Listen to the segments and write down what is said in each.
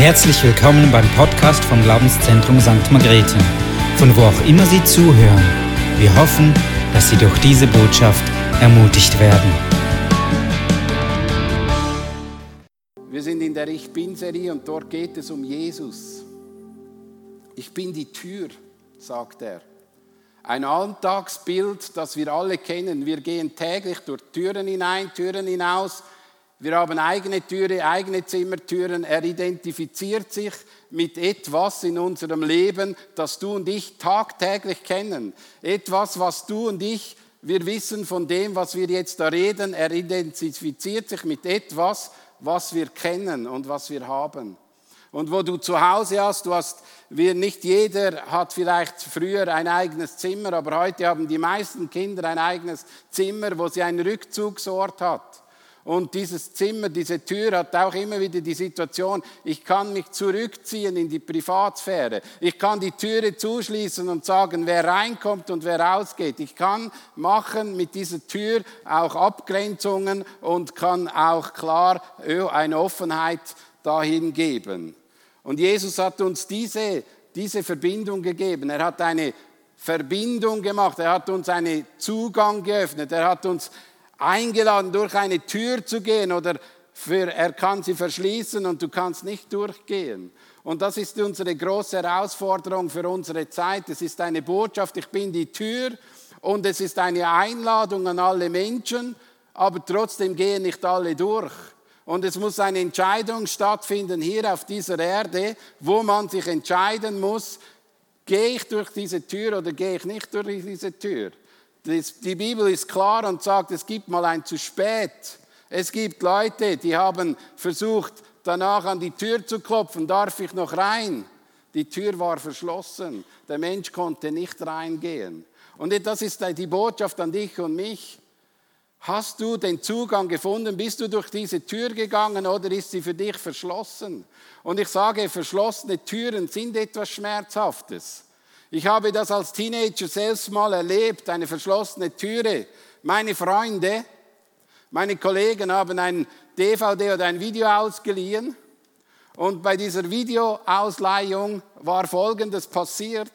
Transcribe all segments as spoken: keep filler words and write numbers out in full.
Herzlich willkommen beim Podcast vom Glaubenszentrum Sankt Margrethe, von wo auch immer Sie zuhören. Wir hoffen, dass Sie durch diese Botschaft ermutigt werden. Wir sind in der Ich Bin-Serie und dort geht es um Jesus. Ich bin die Tür, sagt er. Ein Alltagsbild, das wir alle kennen. Wir gehen täglich durch Türen hinein, Türen hinaus. Wir haben eigene Türen, eigene Zimmertüren. Er identifiziert sich mit etwas in unserem Leben, das du und ich tagtäglich kennen. Etwas, was du und ich, wir wissen von dem, was wir jetzt da reden. Er identifiziert sich mit etwas, was wir kennen und was wir haben. Und wo du zu Hause hast, du hast, wir, nicht jeder hat vielleicht früher ein eigenes Zimmer, aber heute haben die meisten Kinder ein eigenes Zimmer, wo sie einen Rückzugsort hat. Und dieses Zimmer, diese Tür hat auch immer wieder die Situation, ich kann mich zurückziehen in die Privatsphäre. Ich kann die Türe zuschließen und sagen, wer reinkommt und wer rausgeht. Ich kann machen mit dieser Tür auch Abgrenzungen und kann auch klar eine Offenheit dahin geben. Und Jesus hat uns diese, diese Verbindung gegeben. Er hat eine Verbindung gemacht. Er hat uns einen Zugang geöffnet. Er hat uns eingeladen, durch eine Tür zu gehen oder für, er kann sie verschließen und du kannst nicht durchgehen. Und das ist unsere große Herausforderung für unsere Zeit. Es ist eine Botschaft, ich bin die Tür und es ist eine Einladung an alle Menschen, aber trotzdem gehen nicht alle durch. Und es muss eine Entscheidung stattfinden hier auf dieser Erde, wo man sich entscheiden muss, gehe ich durch diese Tür oder gehe ich nicht durch diese Tür. Die Bibel ist klar und sagt, es gibt mal ein zu spät. Es gibt Leute, die haben versucht, danach an die Tür zu klopfen, darf ich noch rein? Die Tür war verschlossen, der Mensch konnte nicht reingehen. Und das ist die Botschaft an dich und mich. Hast du den Zugang gefunden? Bist du durch diese Tür gegangen oder ist sie für dich verschlossen? Und ich sage, verschlossene Türen sind etwas Schmerzhaftes. Ich habe das als Teenager selbst mal erlebt, eine verschlossene Türe. Meine Freunde, meine Kollegen haben ein D V D oder ein Video ausgeliehen und bei dieser Videoausleihung war Folgendes passiert,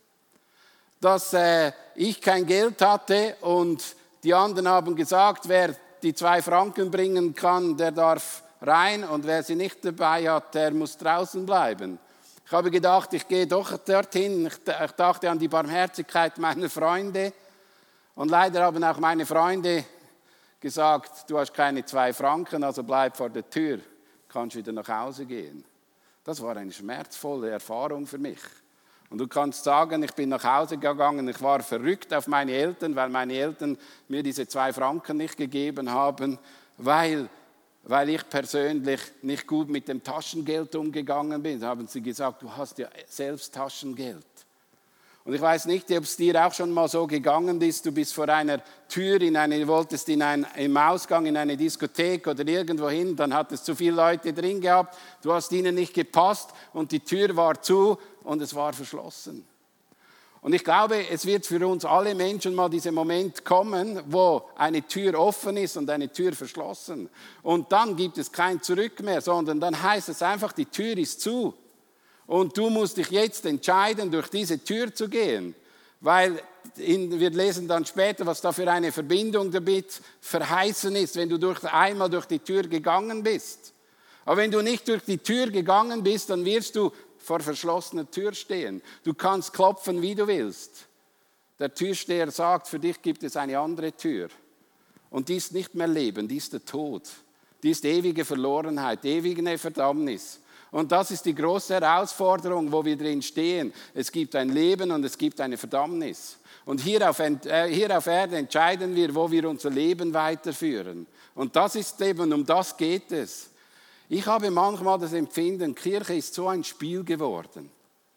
dass äh, ich kein Geld hatte und die anderen haben gesagt, wer die zwei Franken bringen kann, der darf rein und wer sie nicht dabei hat, der muss draußen bleiben. Ich habe gedacht, ich gehe doch dorthin. Ich dachte an die Barmherzigkeit meiner Freunde. Und leider haben auch meine Freunde gesagt, du hast keine zwei Franken, also bleib vor der Tür, kannst wieder nach Hause gehen. Das war eine schmerzvolle Erfahrung für mich. Und du kannst sagen, ich bin nach Hause gegangen, ich war verrückt auf meine Eltern, weil meine Eltern mir diese zwei Franken nicht gegeben haben, weil... Weil ich persönlich nicht gut mit dem Taschengeld umgegangen bin. Da haben sie gesagt, du hast ja selbst Taschengeld. Und ich weiß nicht, ob es dir auch schon mal so gegangen ist, du bist vor einer Tür, in eine, du wolltest in ein, im Ausgang in eine Diskothek oder irgendwo hin, dann hattest zu viele Leute drin gehabt, du hast ihnen nicht gepasst und die Tür war zu und es war verschlossen. Und ich glaube, es wird für uns alle Menschen mal dieser Moment kommen, wo eine Tür offen ist und eine Tür verschlossen. Und dann gibt es kein Zurück mehr, sondern dann heißt es einfach, die Tür ist zu. Und du musst dich jetzt entscheiden, durch diese Tür zu gehen. Weil in, wir lesen dann später, was da für eine Verbindung damit verheißen ist, wenn du durch, einmal durch die Tür gegangen bist. Aber wenn du nicht durch die Tür gegangen bist, dann wirst du vor verschlossener Tür stehen. Du kannst klopfen, wie du willst. Der Türsteher sagt, für dich gibt es eine andere Tür. Und die ist nicht mehr Leben, die ist der Tod. Die ist ewige Verlorenheit, ewige Verdammnis. Und das ist die große Herausforderung, wo wir drin stehen. Es gibt ein Leben und es gibt eine Verdammnis. Und hier auf, äh, hier auf Erde entscheiden wir, wo wir unser Leben weiterführen. Und das ist eben, um das geht es. Ich habe manchmal das Empfinden, Kirche ist so ein Spiel geworden.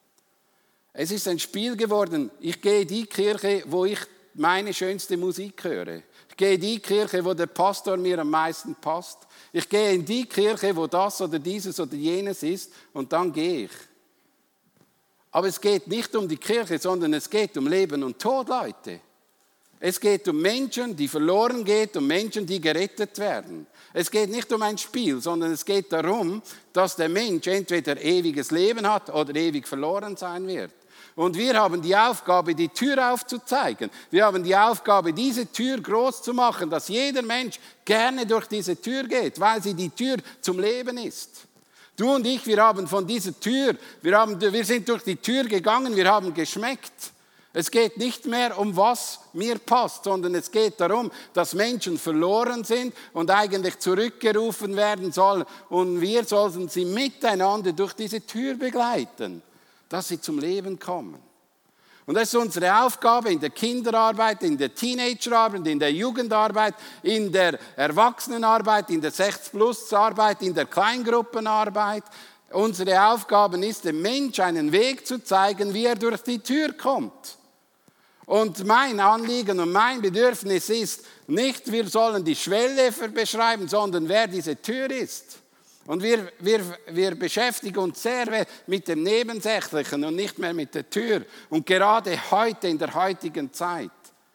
Es ist ein Spiel geworden. Ich gehe in die Kirche, wo ich meine schönste Musik höre. Ich gehe in die Kirche, wo der Pastor mir am meisten passt. Ich gehe in die Kirche, wo das oder dieses oder jenes ist und dann gehe ich. Aber es geht nicht um die Kirche, sondern es geht um Leben und Tod, Leute. Es geht um Menschen, die verloren gehen, um Menschen, die gerettet werden. Es geht nicht um ein Spiel, sondern es geht darum, dass der Mensch entweder ewiges Leben hat oder ewig verloren sein wird. Und wir haben die Aufgabe, die Tür aufzuzeigen. Wir haben die Aufgabe, diese Tür groß zu machen, dass jeder Mensch gerne durch diese Tür geht, weil sie die Tür zum Leben ist. Du und ich, wir haben von dieser Tür, wir, haben, wir sind durch die Tür gegangen, wir haben geschmeckt. Es geht nicht mehr um was mir passt, sondern es geht darum, dass Menschen verloren sind und eigentlich zurückgerufen werden sollen. Und wir sollten sie miteinander durch diese Tür begleiten, dass sie zum Leben kommen. Und das ist unsere Aufgabe in der Kinderarbeit, in der Teenagerarbeit, in der Jugendarbeit, in der Erwachsenenarbeit, in der sechzig-plus-Arbeit, in der Kleingruppenarbeit. Unsere Aufgabe ist, dem Menschen einen Weg zu zeigen, wie er durch die Tür kommt. Und mein Anliegen und mein Bedürfnis ist nicht, wir sollen die Schwelle beschreiben, sondern wer diese Tür ist. Und wir, wir, wir beschäftigen uns sehr mit dem Nebensächlichen und nicht mehr mit der Tür. Und gerade heute, in der heutigen Zeit,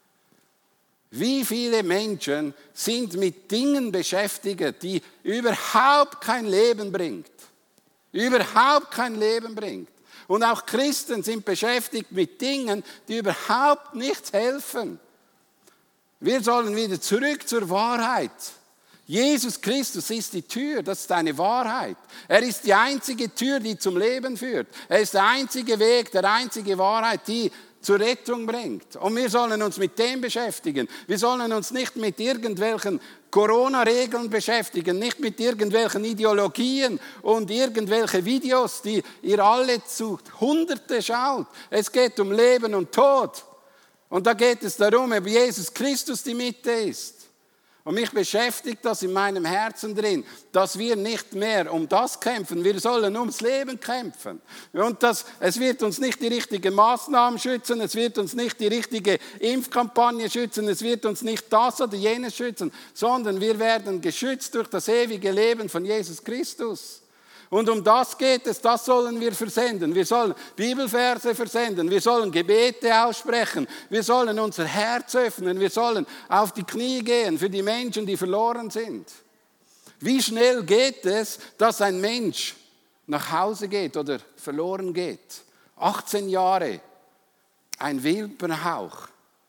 wie viele Menschen sind mit Dingen beschäftigt, die überhaupt kein Leben bringt. Überhaupt kein Leben bringt. Und auch Christen sind beschäftigt mit Dingen, die überhaupt nichts helfen. Wir sollen wieder zurück zur Wahrheit. Jesus Christus ist die Tür, das ist eine Wahrheit. Er ist die einzige Tür, die zum Leben führt. Er ist der einzige Weg, der einzige Wahrheit, die zur Rettung bringt. Und wir sollen uns mit dem beschäftigen. Wir sollen uns nicht mit irgendwelchen Corona-Regeln beschäftigen, nicht mit irgendwelchen Ideologien und irgendwelche Videos, die ihr alle zu Hunderte schaut. Es geht um Leben und Tod. Und da geht es darum, ob Jesus Christus die Mitte ist. Und mich beschäftigt das in meinem Herzen drin, dass wir nicht mehr um das kämpfen, wir sollen ums Leben kämpfen. Und das, es wird uns nicht die richtigen Maßnahmen schützen, es wird uns nicht die richtige Impfkampagne schützen, es wird uns nicht das oder jenes schützen, sondern wir werden geschützt durch das ewige Leben von Jesus Christus. Und um das geht es, das sollen wir versenden. Wir sollen Bibelverse versenden, wir sollen Gebete aussprechen, wir sollen unser Herz öffnen, wir sollen auf die Knie gehen für die Menschen, die verloren sind. Wie schnell geht es, dass ein Mensch nach Hause geht oder verloren geht? achtzehn Jahre, ein Wimpernhauch.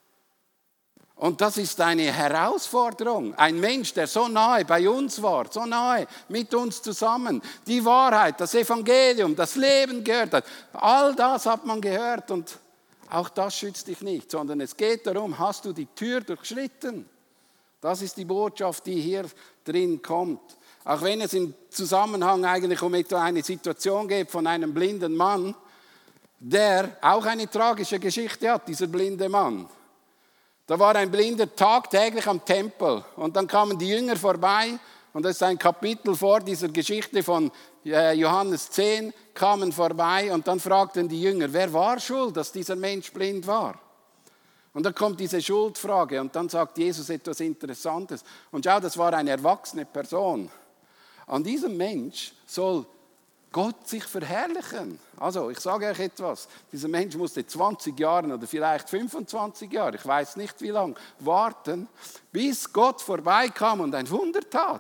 Und das ist eine Herausforderung. Ein Mensch, der so nahe bei uns war, so nahe mit uns zusammen, die Wahrheit, das Evangelium, das Leben gehört hat. All das hat man gehört und auch das schützt dich nicht, sondern es geht darum, hast du die Tür durchschritten? Das ist die Botschaft, die hier drin kommt. Auch wenn es im Zusammenhang eigentlich um etwa eine Situation geht von einem blinden Mann, der auch eine tragische Geschichte hat, dieser blinde Mann. Da war ein Blinder tagtäglich am Tempel und dann kamen die Jünger vorbei und das ist ein Kapitel vor dieser Geschichte von Johannes zehn, kamen vorbei und dann fragten die Jünger, wer war schuld, dass dieser Mensch blind war? Und dann kommt diese Schuldfrage und dann sagt Jesus etwas Interessantes. Und schau, das war eine erwachsene Person. An diesem Mensch soll Gott sich verherrlichen. Also, ich sage euch etwas. Dieser Mensch musste zwanzig Jahre oder vielleicht fünfundzwanzig Jahre, ich weiß nicht wie lange, warten, bis Gott vorbeikam und ein Wunder tat.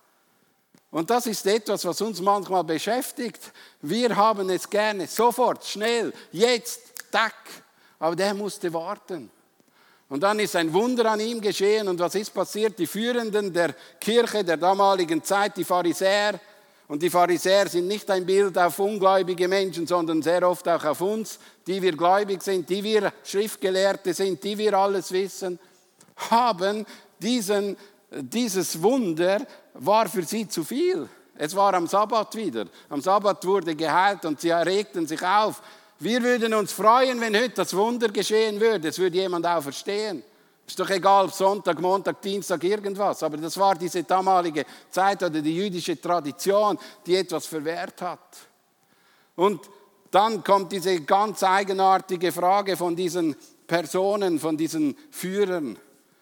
Und das ist etwas, was uns manchmal beschäftigt. Wir haben es gerne sofort, schnell, jetzt, tack. Aber der musste warten. Und dann ist ein Wunder an ihm geschehen. Und was ist passiert? Die Führenden der Kirche der damaligen Zeit, die Pharisäer, und die Pharisäer sind nicht ein Bild auf ungläubige Menschen, sondern sehr oft auch auf uns, die wir gläubig sind, die wir Schriftgelehrte sind, die wir alles wissen, haben diesen, dieses Wunder war für sie zu viel. Es war am Sabbat wieder. Am Sabbat wurde geheilt und sie regten sich auf. Wir würden uns freuen, wenn heute das Wunder geschehen würde. Es würde jemand auferstehen. Ist doch egal, ob Sonntag, Montag, Dienstag, irgendwas. Aber das war diese damalige Zeit oder die jüdische Tradition, die etwas verwehrt hat. Und dann kommt diese ganz eigenartige Frage von diesen Personen, von diesen Führern.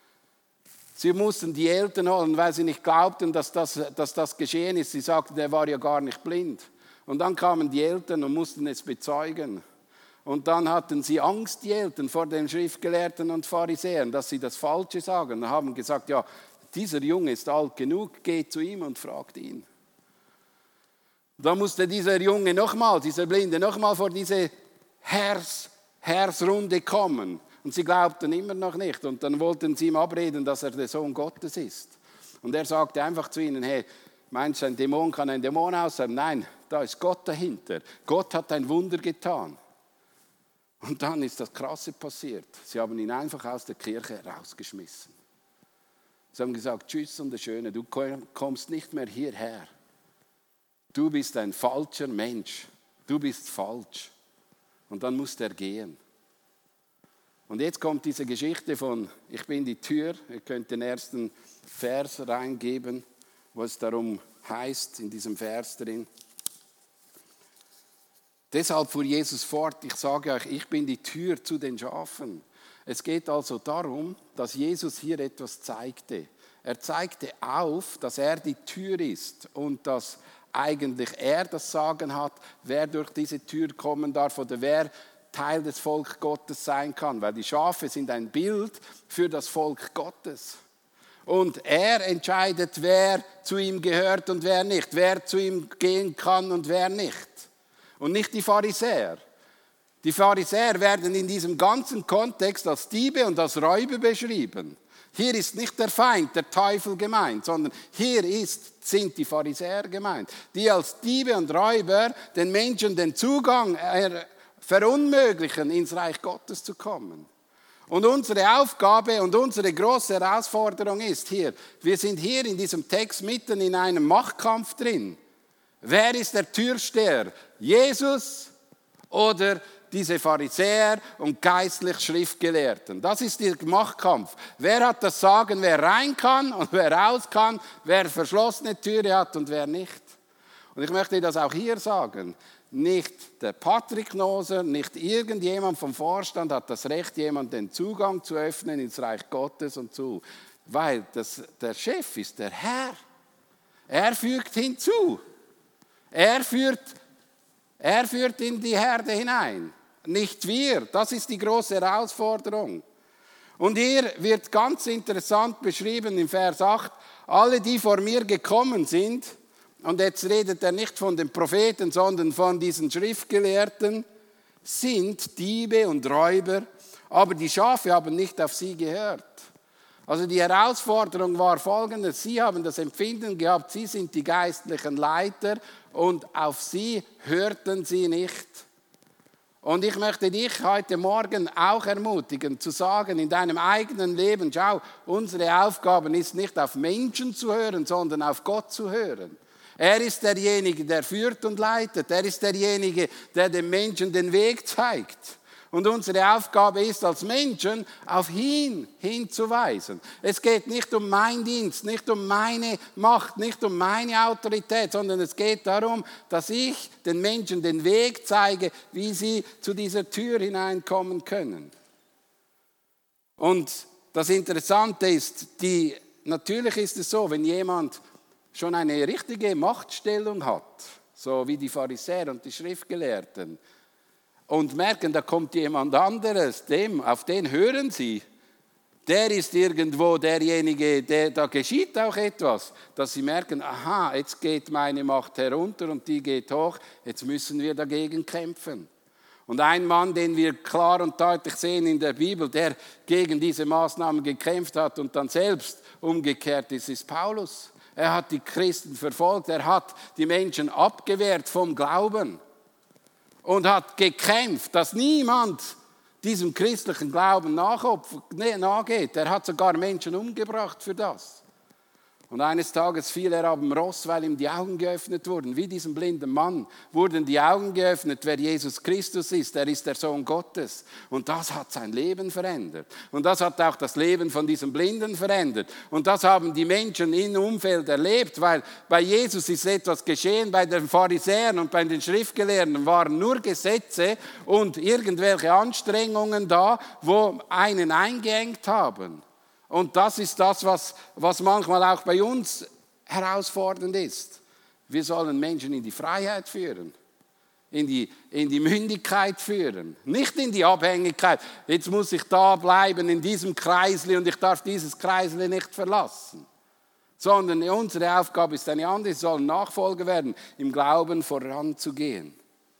Sie mussten die Eltern holen, weil sie nicht glaubten, dass das, dass das geschehen ist. Sie sagten, der war ja gar nicht blind. Und dann kamen die Eltern und mussten es bezeugen. Und dann hatten sie Angst, die Eltern, vor den Schriftgelehrten und Pharisäern, dass sie das Falsche sagen. Und haben gesagt, ja, dieser Junge ist alt genug, geht zu ihm und fragt ihn. Da musste dieser Junge nochmal, dieser Blinde, nochmal vor diese Herrs, Herrsrunde kommen. Und sie glaubten immer noch nicht. Und dann wollten sie ihm abreden, dass er der Sohn Gottes ist. Und er sagte einfach zu ihnen, hey, meinst du, ein Dämon kann ein Dämon austreiben? Nein, da ist Gott dahinter. Gott hat ein Wunder getan. Und dann ist das Krasse passiert. Sie haben ihn einfach aus der Kirche rausgeschmissen. Sie haben gesagt, tschüss und das Schöne, du kommst nicht mehr hierher. Du bist ein falscher Mensch. Du bist falsch. Und dann musste er gehen. Und jetzt kommt diese Geschichte von, ich bin die Tür. Ihr könnt den ersten Vers reingeben, wo es darum heißt, in diesem Vers drin. Deshalb fuhr Jesus fort, ich sage euch, ich bin die Tür zu den Schafen. Es geht also darum, dass Jesus hier etwas zeigte. Er zeigte auf, dass er die Tür ist und dass eigentlich er das Sagen hat, wer durch diese Tür kommen darf oder wer Teil des Volkes Gottes sein kann. Weil die Schafe sind ein Bild für das Volk Gottes. Und er entscheidet, wer zu ihm gehört und wer nicht, wer zu ihm gehen kann und wer nicht. Und nicht die Pharisäer. Die Pharisäer werden in diesem ganzen Kontext als Diebe und als Räuber beschrieben. Hier ist nicht der Feind, der Teufel gemeint, sondern hier ist, sind die Pharisäer gemeint, die als Diebe und Räuber den Menschen den Zugang verunmöglichen, ins Reich Gottes zu kommen. Und unsere Aufgabe und unsere große Herausforderung ist hier, wir sind hier in diesem Text mitten in einem Machtkampf drin. Wer ist der Türsteher? Jesus oder diese Pharisäer und geistlich Schriftgelehrten? Das ist der Machtkampf. Wer hat das Sagen, wer rein kann und wer raus kann, wer verschlossene Türe hat und wer nicht? Und ich möchte das auch hier sagen. Nicht der Patrick Noser, nicht irgendjemand vom Vorstand hat das Recht, jemandem den Zugang zu öffnen ins Reich Gottes und zu. Weil das, der Chef ist der Herr. Er fügt hinzu. Er führt, er führt in die Herde hinein, nicht wir. Das ist die große Herausforderung. Und hier wird ganz interessant beschrieben im Vers acht, alle, die vor mir gekommen sind, und jetzt redet er nicht von den Propheten, sondern von diesen Schriftgelehrten, sind Diebe und Räuber, aber die Schafe haben nicht auf sie gehört. Also die Herausforderung war folgende, sie haben das Empfinden gehabt, sie sind die geistlichen Leiter und auf sie hörten sie nicht. Und ich möchte dich heute Morgen auch ermutigen, zu sagen in deinem eigenen Leben, schau, unsere Aufgabe ist nicht auf Menschen zu hören, sondern auf Gott zu hören. Er ist derjenige, der führt und leitet. Er ist derjenige, der den Menschen den Weg zeigt. Und unsere Aufgabe ist als Menschen, auf ihn hinzuweisen. Es geht nicht um meinen Dienst, nicht um meine Macht, nicht um meine Autorität, sondern es geht darum, dass ich den Menschen den Weg zeige, wie sie zu dieser Tür hineinkommen können. Und das Interessante ist, die, natürlich ist es so, wenn jemand schon eine richtige Machtstellung hat, so wie die Pharisäer und die Schriftgelehrten, und merken, da kommt jemand anderes, dem, auf den hören sie, der ist irgendwo derjenige, der, da geschieht auch etwas, dass sie merken, aha, jetzt geht meine Macht herunter und die geht hoch, jetzt müssen wir dagegen kämpfen. Und ein Mann, den wir klar und deutlich sehen in der Bibel, der gegen diese Maßnahmen gekämpft hat und dann selbst umgekehrt ist, ist Paulus. Er hat die Christen verfolgt, er hat die Menschen abgewehrt vom Glauben. Und hat gekämpft, dass niemand diesem christlichen Glauben nachgeht. Er hat sogar Menschen umgebracht für das. Und eines Tages fiel er ab dem Ross, weil ihm die Augen geöffnet wurden. Wie diesem blinden Mann wurden die Augen geöffnet, wer Jesus Christus ist. Er ist der Sohn Gottes. Und das hat sein Leben verändert. Und das hat auch das Leben von diesem Blinden verändert. Und das haben die Menschen im Umfeld erlebt, weil bei Jesus ist etwas geschehen. Bei den Pharisäern und bei den Schriftgelehrten waren nur Gesetze und irgendwelche Anstrengungen da, wo einen eingeengt haben. Und das ist das, was, was manchmal auch bei uns herausfordernd ist. Wir sollen Menschen in die Freiheit führen. in die, in die Mündigkeit führen. Nicht in die Abhängigkeit. Jetzt muss ich da bleiben in diesem Kreisli und ich darf dieses Kreisli nicht verlassen. Sondern unsere Aufgabe ist eine andere. Sie sollen Nachfolger werden, im Glauben voranzugehen.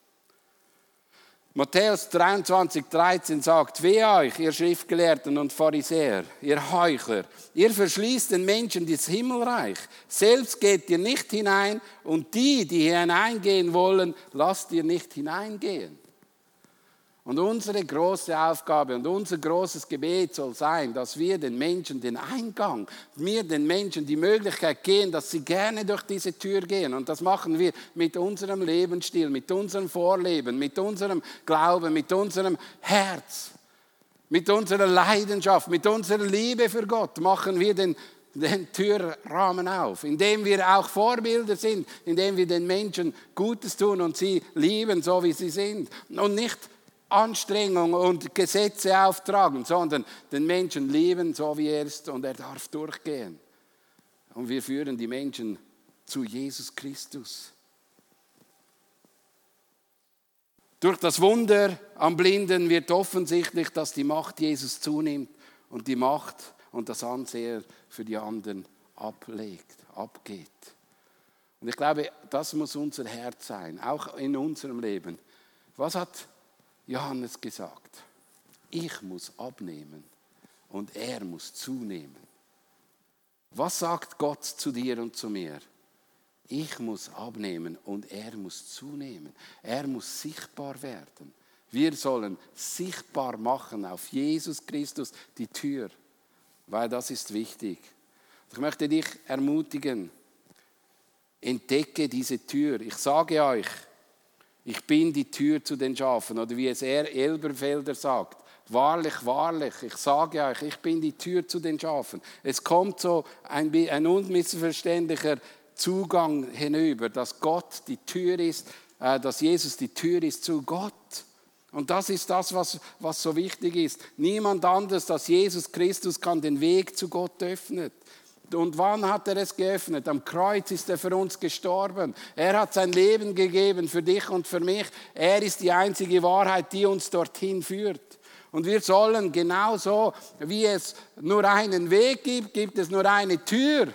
Matthäus dreiundzwanzig, dreizehn sagt, wehe euch, ihr Schriftgelehrten und Pharisäer, ihr Heuchler, ihr verschließt den Menschen das Himmelreich. Selbst geht ihr nicht hinein und die, die hineingehen wollen, lasst ihr nicht hineingehen. Und unsere große Aufgabe und unser großes Gebet soll sein, dass wir den Menschen den Eingang, wir den Menschen die Möglichkeit geben, dass sie gerne durch diese Tür gehen. Und das machen wir mit unserem Lebensstil, mit unserem Vorleben, mit unserem Glauben, mit unserem Herz, mit unserer Leidenschaft, mit unserer Liebe für Gott machen wir den, den Türrahmen auf, indem wir auch Vorbilder sind, indem wir den Menschen Gutes tun und sie lieben, so wie sie sind. Und nicht Anstrengung und Gesetze auftragen, sondern den Menschen lieben, so wie er ist, und er darf durchgehen. Und wir führen die Menschen zu Jesus Christus. Durch das Wunder am Blinden wird offensichtlich, dass die Macht Jesus zunimmt und die Macht und das Ansehen für die anderen ablegt, abgeht. Und ich glaube, das muss unser Herz sein, auch in unserem Leben. Was hat Johannes gesagt? Ich muss abnehmen und er muss zunehmen. Was sagt Gott zu dir und zu mir? Ich muss abnehmen und er muss zunehmen. Er muss sichtbar werden. Wir sollen sichtbar machen auf Jesus Christus die Tür, weil das ist wichtig. Ich möchte dich ermutigen, entdecke diese Tür. Ich sage euch, ich bin die Tür zu den Schafen, oder wie es er Elberfelder sagt. Wahrlich, wahrlich, ich sage euch, ich bin die Tür zu den Schafen. Es kommt so ein, ein unmissverständlicher Zugang hinüber, dass Gott die Tür ist, äh, dass Jesus die Tür ist zu Gott. Und das ist das, was, was so wichtig ist. Niemand anders als Jesus Christus kann den Weg zu Gott öffnen. Und wann hat er es geöffnet? Am Kreuz ist er für uns gestorben. Er hat sein Leben gegeben für dich und für mich. Er ist die einzige Wahrheit, die uns dorthin führt. Und wir sollen genauso, wie es nur einen Weg gibt, gibt es nur eine Tür.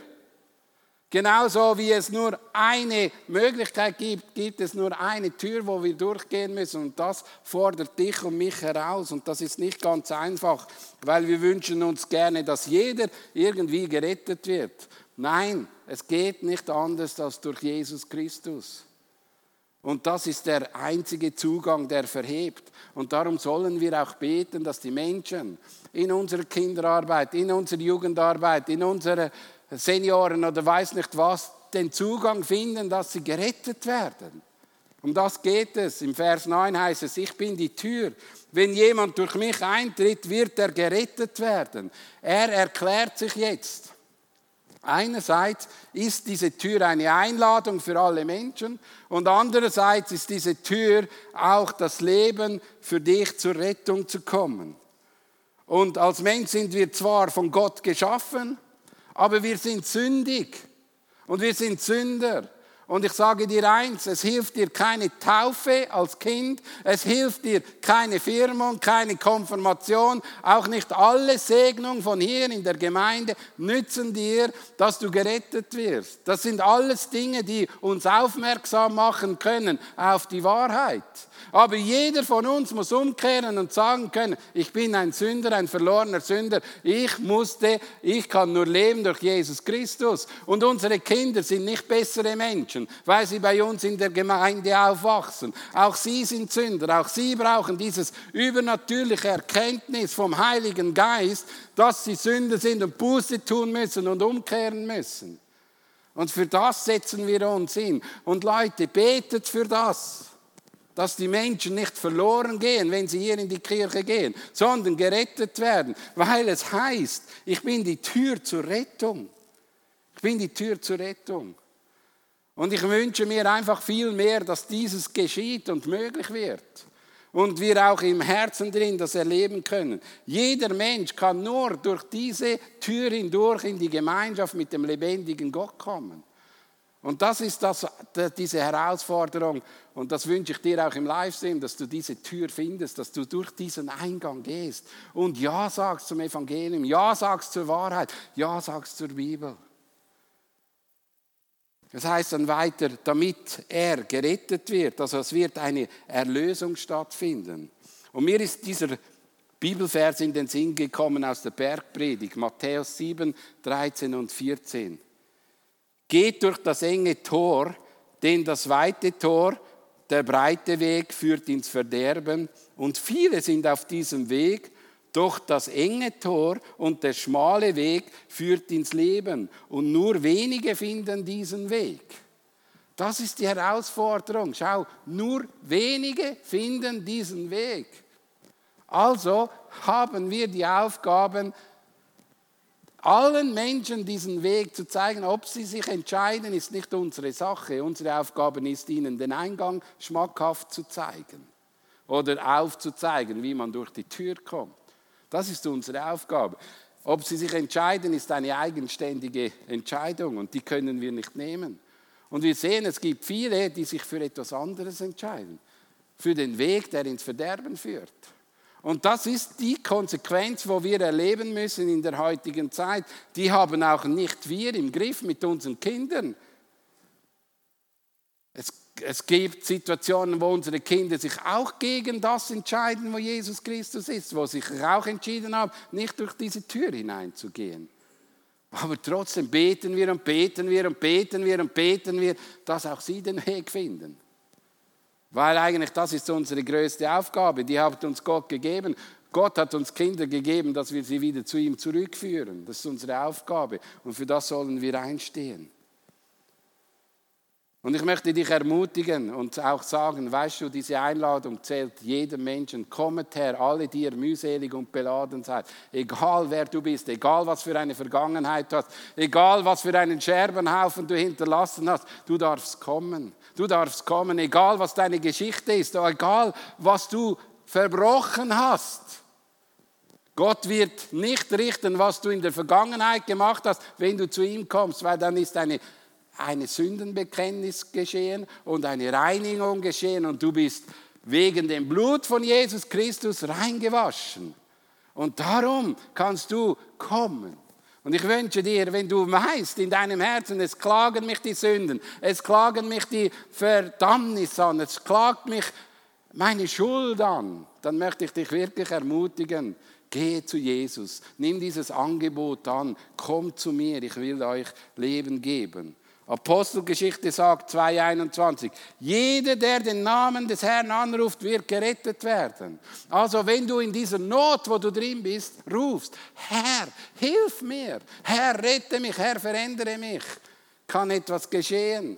Genauso wie es nur eine Möglichkeit gibt, gibt es nur eine Tür, wo wir durchgehen müssen. Und das fordert dich und mich heraus. Und das ist nicht ganz einfach, weil wir wünschen uns gerne, dass jeder irgendwie gerettet wird. Nein, es geht nicht anders als durch Jesus Christus. Und das ist der einzige Zugang, der verhebt. Und darum sollen wir auch beten, dass die Menschen in unserer Kinderarbeit, in unserer Jugendarbeit, in unserer Senioren oder weiß nicht was, den Zugang finden, dass sie gerettet werden. Um das geht es. Im Vers neun heißt es, ich bin die Tür. Wenn jemand durch mich eintritt, wird er gerettet werden. Er erklärt sich jetzt. Einerseits ist diese Tür eine Einladung für alle Menschen und andererseits ist diese Tür auch das Leben für dich zur Rettung zu kommen. Und als Mensch sind wir zwar von Gott geschaffen, aber wir sind sündig und wir sind Sünder. Und ich sage dir eins, es hilft dir keine Taufe als Kind, es hilft dir keine Firmung, keine Konfirmation, auch nicht alle Segnungen von hier in der Gemeinde nützen dir, dass du gerettet wirst. Das sind alles Dinge, die uns aufmerksam machen können auf die Wahrheit. Aber jeder von uns muss umkehren und sagen können, ich bin ein Sünder, ein verlorener Sünder. Ich musste, ich kann nur leben durch Jesus Christus. Und unsere Kinder sind nicht bessere Menschen, weil sie bei uns in der Gemeinde aufwachsen. Auch sie sind Sünder, auch sie brauchen dieses übernatürliche Erkenntnis vom Heiligen Geist, dass sie Sünder sind und Buße tun müssen und umkehren müssen. Und für das setzen wir uns hin. Und Leute, betet für das. Dass die Menschen nicht verloren gehen, wenn sie hier in die Kirche gehen, sondern gerettet werden, weil es heißt, ich bin die Tür zur Rettung. Ich bin die Tür zur Rettung. Und ich wünsche mir einfach viel mehr, dass dieses geschieht und möglich wird. Und wir auch im Herzen drin das erleben können. Jeder Mensch kann nur durch diese Tür hindurch in die Gemeinschaft mit dem lebendigen Gott kommen. Und das ist das, diese Herausforderung. Und das wünsche ich dir auch im Livestream, dass du diese Tür findest, dass du durch diesen Eingang gehst und Ja sagst zum Evangelium, Ja sagst zur Wahrheit, Ja sagst zur Bibel. Das heißt dann weiter, damit er gerettet wird, also es wird eine Erlösung stattfinden. Und mir ist dieser Bibelvers in den Sinn gekommen aus der Bergpredigt, Matthäus sieben, dreizehn und vierzehn. Geht durch das enge Tor, denn das weite Tor, der breite Weg führt ins Verderben und viele sind auf diesem Weg, doch das enge Tor und der schmale Weg führt ins Leben und nur wenige finden diesen Weg. Das ist die Herausforderung. Schau, nur wenige finden diesen Weg. Also haben wir die Aufgaben, allen Menschen diesen Weg zu zeigen. Ob sie sich entscheiden, ist nicht unsere Sache. Unsere Aufgabe ist, ihnen den Eingang schmackhaft zu zeigen oder aufzuzeigen, wie man durch die Tür kommt. Das ist unsere Aufgabe. Ob sie sich entscheiden, ist eine eigenständige Entscheidung und die können wir nicht nehmen. Und wir sehen, es gibt viele, die sich für etwas anderes entscheiden. Für den Weg, der ins Verderben führt. Und das ist die Konsequenz, wo wir erleben müssen in der heutigen Zeit. Die haben auch nicht wir im Griff mit unseren Kindern. Es, es gibt Situationen, wo unsere Kinder sich auch gegen das entscheiden, wo Jesus Christus ist, wo sie sich auch entschieden haben, nicht durch diese Tür hineinzugehen. Aber trotzdem beten wir und beten wir und beten wir und beten wir, dass auch sie den Weg finden. Weil eigentlich das ist unsere größte Aufgabe, die hat uns Gott gegeben. Gott hat uns Kinder gegeben, dass wir sie wieder zu ihm zurückführen. Das ist unsere Aufgabe und für das sollen wir einstehen. Und ich möchte dich ermutigen und auch sagen, weißt du, diese Einladung zählt jedem Menschen. Kommet her, alle, die ihr mühselig und beladen seid. Egal wer du bist, egal was für eine Vergangenheit du hast, egal was für einen Scherbenhaufen du hinterlassen hast, du darfst kommen. Du darfst kommen, egal was deine Geschichte ist, egal was du verbrochen hast. Gott wird nicht richten, was du in der Vergangenheit gemacht hast, wenn du zu ihm kommst, weil dann ist eine eine Sündenbekenntnis geschehen und eine Reinigung geschehen und du bist wegen dem Blut von Jesus Christus reingewaschen. Und darum kannst du kommen. Und ich wünsche dir, wenn du weißt in deinem Herzen, es klagen mich die Sünden, es klagen mich die Verdammnis an, es klagt mich meine Schuld an, dann möchte ich dich wirklich ermutigen, geh zu Jesus, nimm dieses Angebot an, komm zu mir, ich will euch Leben geben. Apostelgeschichte sagt zwei einundzwanzig, jeder, der den Namen des Herrn anruft, wird gerettet werden. Also wenn du in dieser Not, wo du drin bist, rufst, Herr, hilf mir, Herr, rette mich, Herr, verändere mich, kann etwas geschehen.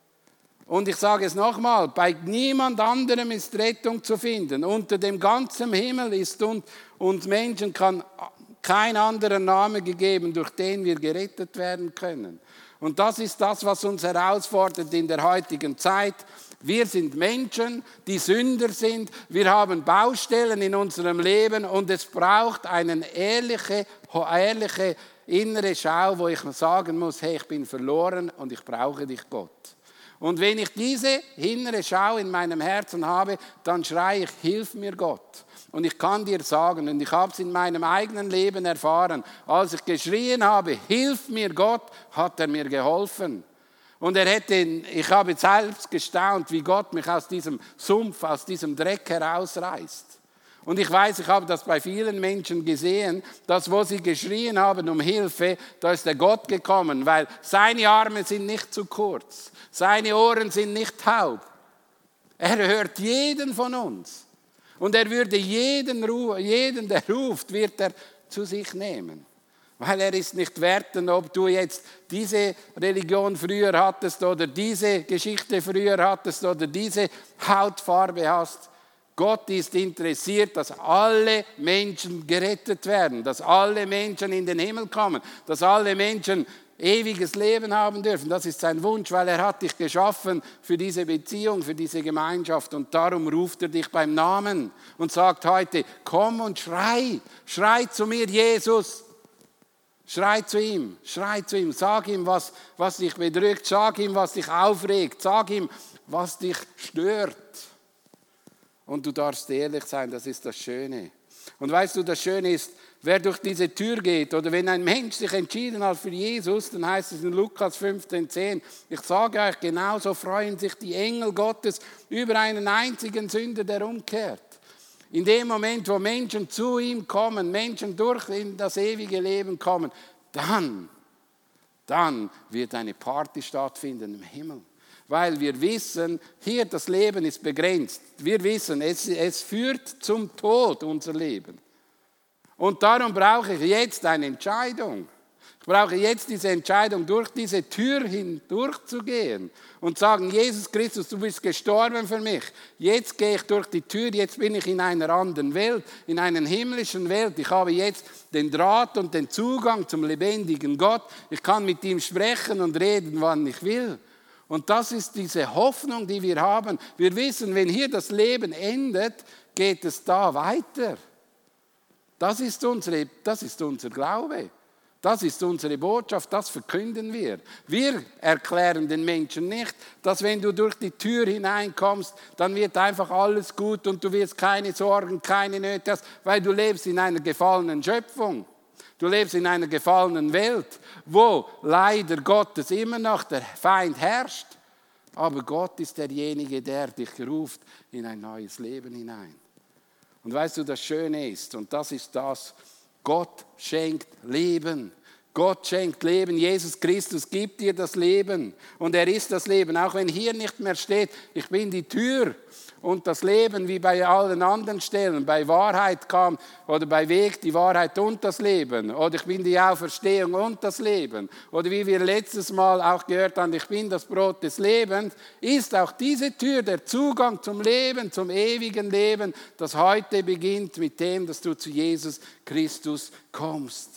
Und ich sage es nochmal, bei niemand anderem ist Rettung zu finden. Unter dem ganzen Himmel ist und, und Menschen kann kein anderer Name gegeben, durch den wir gerettet werden können. Und das ist das, was uns herausfordert in der heutigen Zeit. Wir sind Menschen, die Sünder sind. Wir haben Baustellen in unserem Leben und es braucht eine ehrliche, ehrliche innere Schau, wo ich sagen muss, hey, ich bin verloren und ich brauche dich, Gott. Und wenn ich diese innere Schau in meinem Herzen habe, dann schreie ich, hilf mir Gott. Und ich kann dir sagen, und ich habe es in meinem eigenen Leben erfahren, als ich geschrien habe, hilf mir Gott, hat er mir geholfen. Und er hätte, ich habe selbst gestaunt, wie Gott mich aus diesem Sumpf, aus diesem Dreck herausreißt. Und ich weiß, ich habe das bei vielen Menschen gesehen, dass wo sie geschrien haben um Hilfe, da ist der Gott gekommen, weil seine Arme sind nicht zu kurz, seine Ohren sind nicht taub. Er hört jeden von uns. Und er würde jeden, jeden, der ruft, wird er zu sich nehmen. Weil er ist nicht wertend, ob du jetzt diese Religion früher hattest oder diese Geschichte früher hattest oder diese Hautfarbe hast. Gott ist interessiert, dass alle Menschen gerettet werden, dass alle Menschen in den Himmel kommen, dass alle Menschen ewiges Leben haben dürfen. Das ist sein Wunsch, weil er hat dich geschaffen für diese Beziehung, für diese Gemeinschaft. Und darum ruft er dich beim Namen und sagt heute, komm und schrei, schrei zu mir, Jesus. Schrei zu ihm, schrei zu ihm, sag ihm, was, was dich bedrückt, sag ihm, was dich aufregt, sag ihm, was dich stört. Und du darfst ehrlich sein, das ist das Schöne. Und weißt du, das Schöne ist, wer durch diese Tür geht oder wenn ein Mensch sich entschieden hat für Jesus, dann heißt es in Lukas fünfzehn zehn, ich sage euch, genauso freuen sich die Engel Gottes über einen einzigen Sünder, der umkehrt. In dem Moment, wo Menschen zu ihm kommen, Menschen durch in das ewige Leben kommen, dann, dann wird eine Party stattfinden im Himmel. Weil wir wissen, hier das Leben ist begrenzt. Wir wissen, es, es führt zum Tod, unser Leben. Und darum brauche ich jetzt eine Entscheidung. Ich brauche jetzt diese Entscheidung, durch diese Tür hindurchzugehen und sagen, Jesus Christus, du bist gestorben für mich. Jetzt gehe ich durch die Tür, jetzt bin ich in einer anderen Welt, in einer himmlischen Welt. Ich habe jetzt den Draht und den Zugang zum lebendigen Gott. Ich kann mit ihm sprechen und reden, wann ich will. Und das ist diese Hoffnung, die wir haben. Wir wissen, wenn hier das Leben endet, geht es da weiter. Das ist unsere, das ist unser Glaube. Das ist unsere Botschaft, das verkünden wir. Wir erklären den Menschen nicht, dass wenn du durch die Tür hineinkommst, dann wird einfach alles gut und du wirst keine Sorgen, keine Nöte haben, weil du lebst in einer gefallenen Schöpfung. Du lebst in einer gefallenen Welt, wo leider Gottes immer noch der Feind herrscht. Aber Gott ist derjenige, der dich ruft in ein neues Leben hinein. Und weißt du, das Schöne ist, und das ist das, Gott schenkt Leben. Gott schenkt Leben. Jesus Christus gibt dir das Leben. Und er ist das Leben. Auch wenn hier nicht mehr steht, ich bin die Tür. Und das Leben, wie bei allen anderen Stellen, bei Wahrheit kam, oder bei Weg die Wahrheit und das Leben. Oder ich bin die Auferstehung und das Leben. Oder wie wir letztes Mal auch gehört haben, ich bin das Brot des Lebens, ist auch diese Tür der Zugang zum Leben, zum ewigen Leben, das heute beginnt mit dem, dass du zu Jesus Christus kommst.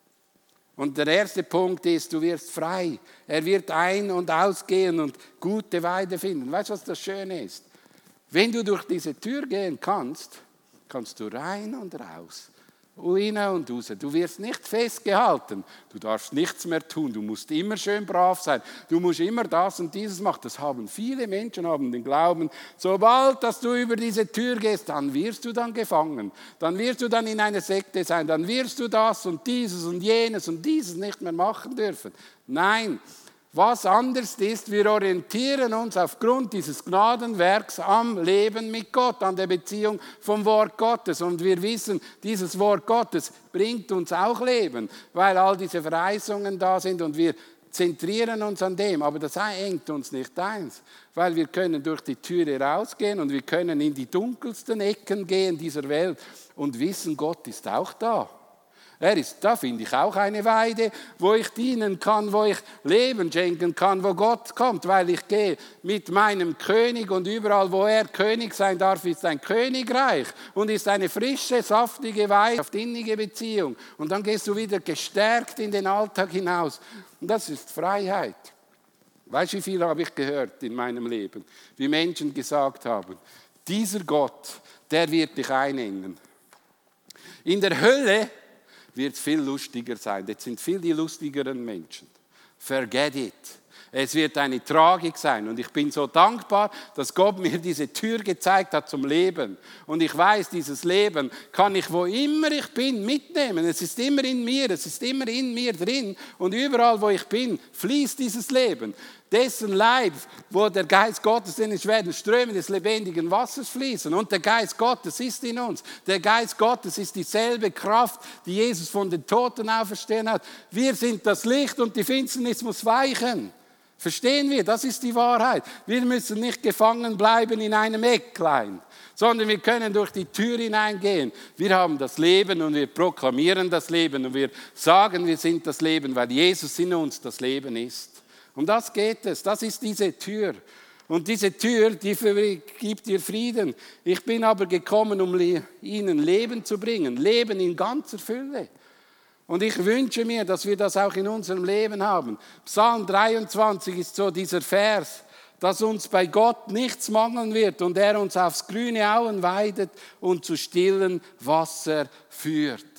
Und der erste Punkt ist, du wirst frei. Er wird ein- und ausgehen und gute Weide finden. Weißt du, was das Schöne ist? Wenn du durch diese Tür gehen kannst, kannst du rein und raus, rein und raus. Du wirst nicht festgehalten. Du darfst nichts mehr tun. Du musst immer schön brav sein. Du musst immer das und dieses machen. Das haben viele Menschen, haben den Glauben. Sobald dass du über diese Tür gehst, dann wirst du dann gefangen. Dann wirst du dann in einer Sekte sein. Dann wirst du das und dieses und jenes und dieses nicht mehr machen dürfen. Nein. Was anders ist, wir orientieren uns aufgrund dieses Gnadenwerks am Leben mit Gott, an der Beziehung vom Wort Gottes. Und wir wissen, dieses Wort Gottes bringt uns auch Leben, weil all diese Verheißungen da sind und wir zentrieren uns an dem. Aber das engt uns nicht eins, weil wir können durch die Türe rausgehen und wir können in die dunkelsten Ecken gehen dieser Welt und wissen, Gott ist auch da. Er ist, da finde ich auch eine Weide, wo ich dienen kann, wo ich Leben schenken kann, wo Gott kommt, weil ich gehe mit meinem König und überall, wo er König sein darf, ist ein Königreich und ist eine frische, saftige Weide, auf innige Beziehung. Und dann gehst du wieder gestärkt in den Alltag hinaus. Und das ist Freiheit. Weißt du, wie viel habe ich gehört in meinem Leben, wie Menschen gesagt haben, dieser Gott, der wird dich einengen. In der Hölle wird viel lustiger sein. Das sind viel die lustigeren Menschen. Forget it. Es wird eine Tragik sein. Und ich bin so dankbar, dass Gott mir diese Tür gezeigt hat zum Leben. Und ich weiß, dieses Leben kann ich, wo immer ich bin, mitnehmen. Es ist immer in mir, es ist immer in mir drin. Und überall, wo ich bin, fließt dieses Leben. Dessen Leib, wo der Geist Gottes in ist, werden Ströme des lebendigen Wassers fließen. Und der Geist Gottes ist in uns. Der Geist Gottes ist dieselbe Kraft, die Jesus von den Toten auferstehen hat. Wir sind das Licht und die Finsternis muss weichen. Verstehen wir? Das ist die Wahrheit. Wir müssen nicht gefangen bleiben in einem Ecklein, sondern wir können durch die Tür hineingehen. Wir haben das Leben und wir proklamieren das Leben und wir sagen, wir sind das Leben, weil Jesus in uns das Leben ist. Um das geht es. Das ist diese Tür. Und diese Tür, die gibt dir Frieden. Ich bin aber gekommen, um ihnen Leben zu bringen. Leben in ganzer Fülle. Und ich wünsche mir, dass wir das auch in unserem Leben haben. Psalm dreiundzwanzig ist so dieser Vers, dass uns bei Gott nichts mangeln wird und er uns aufs grüne Auen weidet und zu stillen Wasser führt.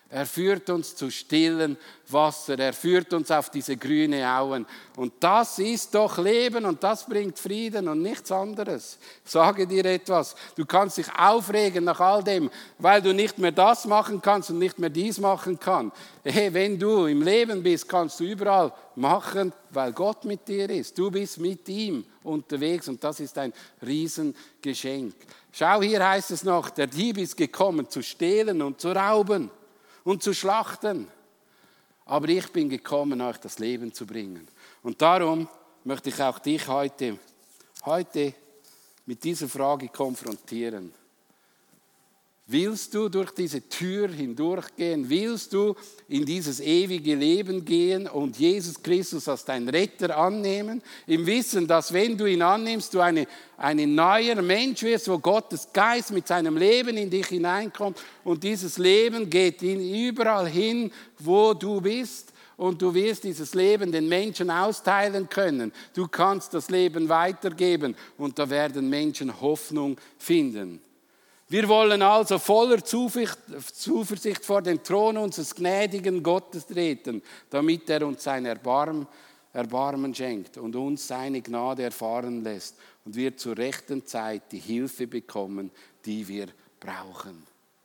Er führt uns zu stillen Wasser. Er führt uns auf diese grüne Auen. Und das ist doch Leben und das bringt Frieden und nichts anderes. Ich sage dir etwas. Du kannst dich aufregen nach all dem, weil du nicht mehr das machen kannst und nicht mehr dies machen kannst. Hey, wenn du im Leben bist, kannst du überall machen, weil Gott mit dir ist. Du bist mit ihm unterwegs und das ist ein Riesengeschenk. Schau, hier heißt es noch, der Dieb ist gekommen, zu stehlen und zu rauben und zu schlachten. Aber ich bin gekommen, euch das Leben zu bringen. Und darum möchte ich auch dich heute, heute mit dieser Frage konfrontieren. Willst du durch diese Tür hindurchgehen? Willst du in dieses ewige Leben gehen und Jesus Christus als dein Retter annehmen? Im Wissen, dass wenn du ihn annimmst, du eine, ein neuer Mensch wirst, wo Gottes Geist mit seinem Leben in dich hineinkommt und dieses Leben geht überall hin, wo du bist. Und du wirst dieses Leben den Menschen austeilen können. Du kannst das Leben weitergeben und da werden Menschen Hoffnung finden. Wir wollen also voller Zuversicht vor den Thron unseres gnädigen Gottes treten, damit er uns sein Erbarmen, Erbarmen schenkt und uns seine Gnade erfahren lässt und wir zur rechten Zeit die Hilfe bekommen, die wir brauchen.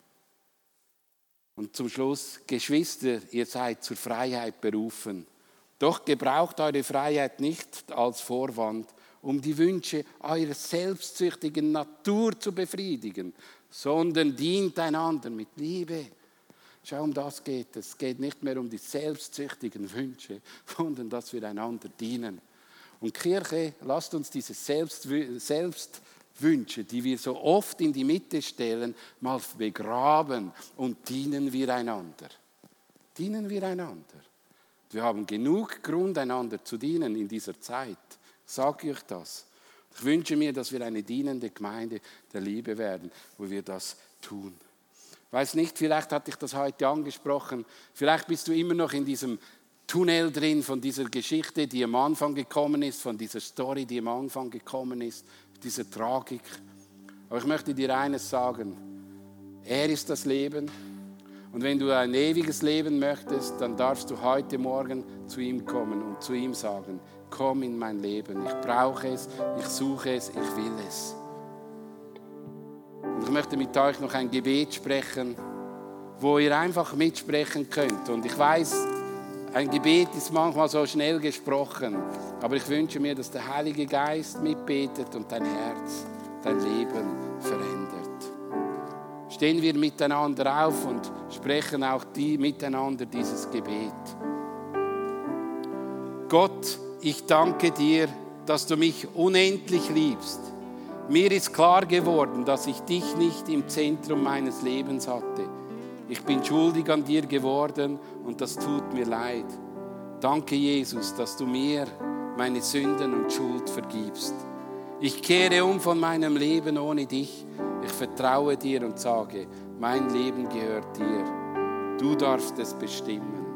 Und zum Schluss, Geschwister, ihr seid zur Freiheit berufen. Doch gebraucht eure Freiheit nicht als Vorwand, um die Wünsche eurer selbstsüchtigen Natur zu befriedigen, sondern dient einander mit Liebe. Schau, um das geht es. Es geht nicht mehr um die selbstsüchtigen Wünsche, sondern dass wir einander dienen. Und Kirche, lasst uns diese Selbstwünsche, die wir so oft in die Mitte stellen, mal begraben und dienen wir einander. Dienen wir einander. Wir haben genug Grund, einander zu dienen in dieser Zeit. Sage ich euch das. Ich wünsche mir, dass wir eine dienende Gemeinde der Liebe werden, wo wir das tun. Ich weiß nicht, vielleicht hatte ich das heute angesprochen, vielleicht bist du immer noch in diesem Tunnel drin von dieser Geschichte, die am Anfang gekommen ist, von dieser Story, die am Anfang gekommen ist, dieser Tragik. Aber ich möchte dir eines sagen, er ist das Leben. Und wenn du ein ewiges Leben möchtest, dann darfst du heute Morgen zu ihm kommen und zu ihm sagen, komm in mein Leben, ich brauche es, ich suche es, ich will es. Und ich möchte mit euch noch ein Gebet sprechen, wo ihr einfach mitsprechen könnt. Und ich weiß, ein Gebet ist manchmal so schnell gesprochen, aber ich wünsche mir, dass der Heilige Geist mitbetet und dein Herz, dein Leben verändert. Stehen wir miteinander auf und sprechen auch die miteinander dieses Gebet. Gott, ich danke dir, dass du mich unendlich liebst. Mir ist klar geworden, dass ich dich nicht im Zentrum meines Lebens hatte. Ich bin schuldig an dir geworden und das tut mir leid. Danke, Jesus, dass du mir meine Sünden und Schuld vergibst. Ich kehre um von meinem Leben ohne dich. Ich vertraue dir und sage, mein Leben gehört dir. Du darfst es bestimmen.